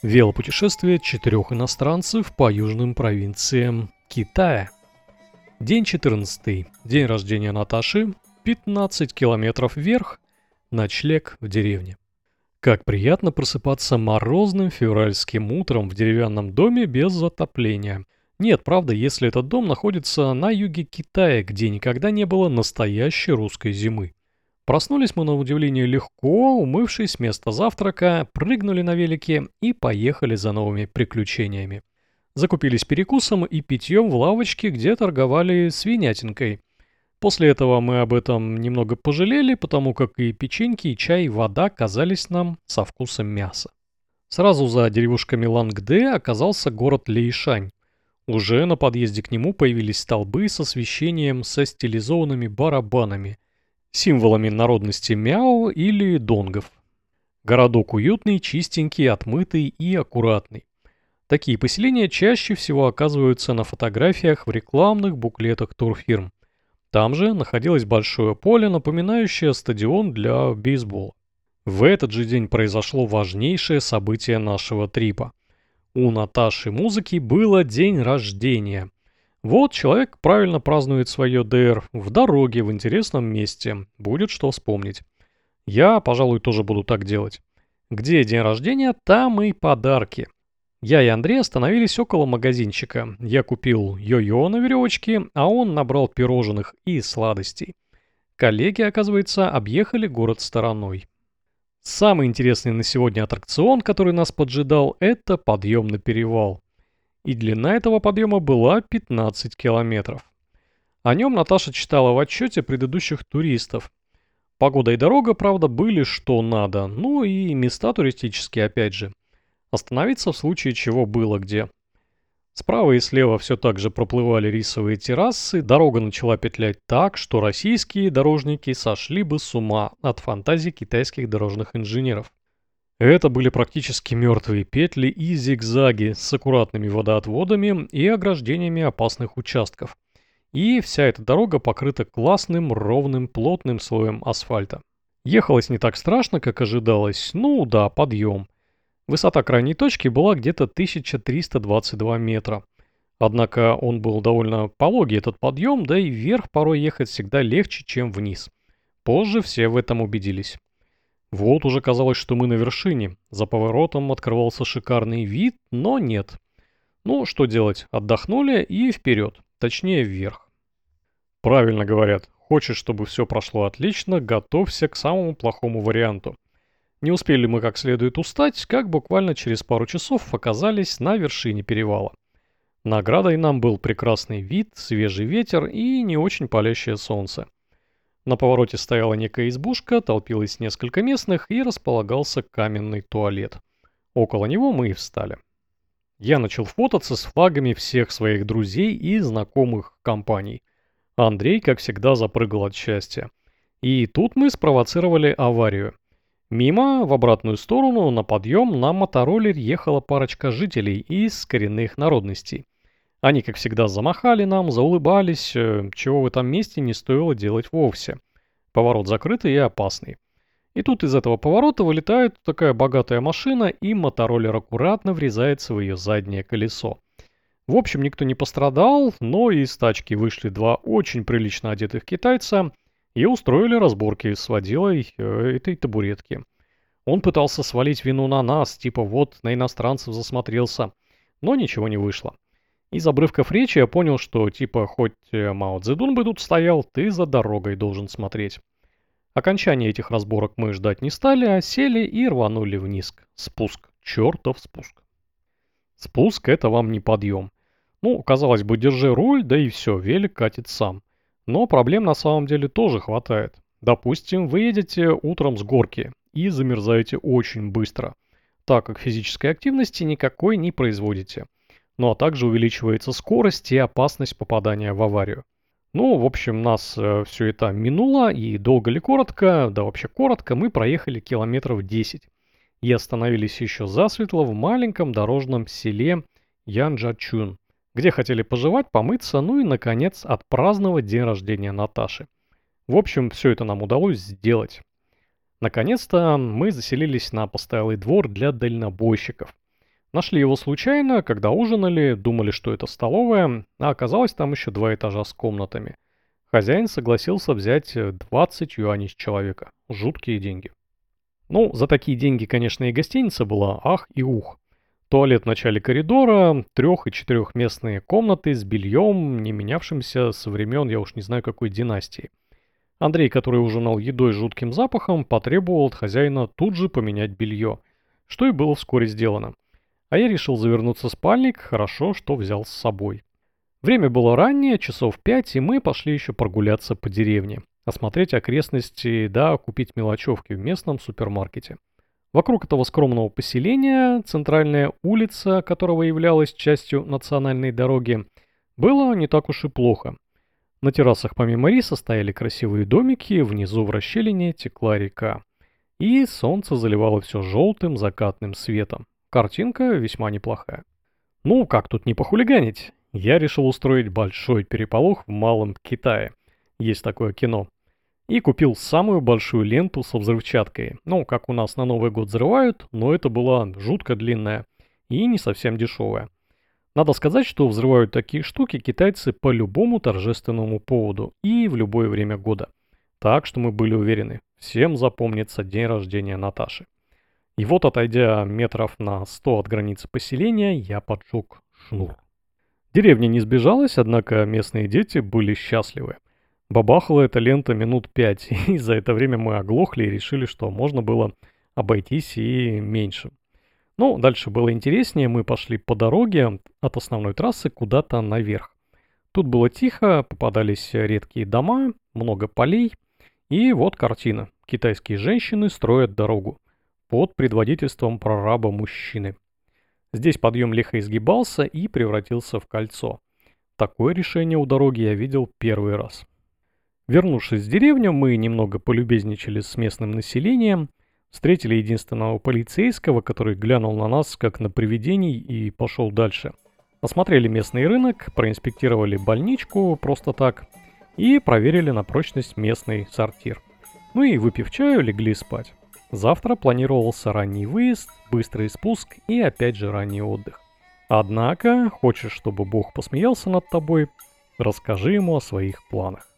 Велопутешествие 4 иностранцев по южным провинциям Китая. День 14. День рождения Наташи. 15 километров вверх. Ночлег в деревне. Как приятно просыпаться морозным февральским утром в деревянном доме без отопления. Нет, правда, если этот дом находится на юге Китая, где никогда не было настоящей русской зимы. Проснулись мы на удивление легко, умывшись вместо завтрака, прыгнули на велике и поехали за новыми приключениями. Закупились перекусом и питьем в лавочке, где торговали свинятинкой. После этого мы об этом немного пожалели, потому как и печеньки, и чай, и вода казались нам со вкусом мяса. Сразу за деревушками Лангде оказался город Лэйшань. Уже на подъезде к нему появились столбы с освещением со стилизованными барабанами, символами народности мяо или донгов. Городок уютный, чистенький, отмытый и аккуратный. Такие поселения чаще всего оказываются на фотографиях в рекламных буклетах турфирм. Там же находилось большое поле, напоминающее стадион для бейсбола. В этот же день произошло важнейшее событие нашего трипа. У Наташи Музыки было день рождения. Вот человек правильно празднует свое ДР в дороге, в интересном месте. Будет что вспомнить. Я, пожалуй, тоже буду так делать. Где день рождения, там и подарки. Я и Андрей остановились около магазинчика. Я купил йо-йо на веревочке, а он набрал пирожных и сладостей. Коллеги, оказывается, объехали город стороной. Самый интересный на сегодня аттракцион, который нас поджидал, это подъем на перевал. И длина этого подъема была 15 километров. О нем Наташа читала в отчете предыдущих туристов. Погода и дорога, правда, были что надо, ну и места туристические опять же. Остановиться в случае чего было где. Справа и слева все так же проплывали рисовые террасы, дорога начала петлять так, что российские дорожники сошли бы с ума от фантазий китайских дорожных инженеров. Это были практически мертвые петли и зигзаги с аккуратными водоотводами и ограждениями опасных участков. И вся эта дорога покрыта классным, ровным, плотным слоем асфальта. Ехалось не так страшно, как ожидалось. Ну да, подъем. Высота крайней точки была где-то 1322 метра. Однако он был довольно пологий, этот подъем, да и вверх порой ехать всегда легче, чем вниз. Позже все в этом убедились. Вот уже казалось, что мы на вершине. За поворотом открывался шикарный вид, но нет. Ну, что делать? Отдохнули и вперед. Точнее, вверх. Правильно говорят. Хочешь, чтобы все прошло отлично, готовься к самому плохому варианту. Не успели мы как следует устать, как буквально через пару часов оказались на вершине перевала. Наградой нам был прекрасный вид, свежий ветер и не очень палящее солнце. На повороте стояла некая избушка, толпилось несколько местных и располагался каменный туалет. Около него мы и встали. Я начал фототься с флагами всех своих друзей и знакомых компаний. Андрей, как всегда, запрыгал от счастья. И тут мы спровоцировали аварию. Мимо, в обратную сторону, на подъем, на мотороллере ехала парочка жителей из коренных народностей. Они, как всегда, замахали нам, заулыбались, чего в этом месте не стоило делать вовсе. Поворот закрытый и опасный. И тут из этого поворота вылетает такая богатая машина, и мотороллер аккуратно врезается в ее заднее колесо. В общем, никто не пострадал, но из тачки вышли два очень прилично одетых китайца и устроили разборки с водилой этой табуретки. Он пытался свалить вину на нас, типа вот на иностранцев засмотрелся, но ничего не вышло. Из обрывков речи я понял, что типа хоть Мао Цзэдун бы тут стоял, ты за дорогой должен смотреть. Окончания этих разборок мы ждать не стали, а сели и рванули вниз. Спуск. Чертов спуск. Спуск — это вам не подъем. Ну, казалось бы, держи руль, да и все, велик катит сам. Но проблем на самом деле тоже хватает. Допустим, вы едете утром с горки и замерзаете очень быстро, так как физической активности никакой не производите. Ну а также увеличивается скорость и опасность попадания в аварию. Ну, в общем, нас все это минуло, и долго ли коротко, да вообще коротко, мы проехали километров 10. И остановились еще засветло в маленьком дорожном селе Янджачун, где хотели пожевать, помыться, ну и, наконец, отпраздновать день рождения Наташи. В общем, все это нам удалось сделать. Наконец-то мы заселились на постоялый двор для дальнобойщиков. Нашли его случайно, когда ужинали, думали, что это столовая, а оказалось там еще 2 этажа с комнатами. Хозяин согласился взять 20 юаней с человека. Жуткие деньги. Ну, за такие деньги, конечно, и гостиница была, ах и ух. Туалет в начале коридора, 3- и 4-местные комнаты с бельем, не менявшимся со времен, я уж не знаю какой династии. Андрей, который ужинал едой с жутким запахом, потребовал от хозяина тут же поменять белье, что и было вскоре сделано. А я решил завернуться в спальник, хорошо, что взял с собой. Время было раннее, часов 5, и мы пошли еще прогуляться по деревне, осмотреть окрестности, да, купить мелочевки в местном супермаркете. Вокруг этого скромного поселения, центральная улица, которого являлась частью национальной дороги, было не так уж и плохо. На террасах помимо риса стояли красивые домики, внизу в расщелине текла река. И солнце заливало все желтым закатным светом. Картинка весьма неплохая. Ну, как тут не похулиганить? Я решил устроить большой переполох в Малом Китае. Есть такое кино. И купил самую большую ленту со взрывчаткой. Ну, как у нас на Новый год взрывают, но это была жутко длинная и не совсем дешевая. Надо сказать, что взрывают такие штуки китайцы по любому торжественному поводу и в любое время года. Так что мы были уверены, всем запомнится день рождения Наташи. И вот, отойдя метров на 100 от границы поселения, я поджег шнур. Деревня не сбежалась, однако местные дети были счастливы. Бабахала эта лента минут 5, и за это время мы оглохли и решили, что можно было обойтись и меньше. Ну, дальше было интереснее, мы пошли по дороге от основной трассы куда-то наверх. Тут было тихо, попадались редкие дома, много полей, и вот картина. Китайские женщины строят дорогу под предводительством прораба мужчины. Здесь подъем лихо изгибался и превратился в кольцо. Такое решение у дороги я видел первый раз. Вернувшись в деревню, мы немного полюбезничали с местным населением, встретили единственного полицейского, который глянул на нас как на привидений и пошел дальше. Осмотрели местный рынок, проинспектировали больничку просто так и проверили на прочность местный сортир. Ну и, выпив чаю, легли спать. Завтра планировался ранний выезд, быстрый спуск и опять же ранний отдых. Однако, хочешь, чтобы Бог посмеялся над тобой, расскажи ему о своих планах.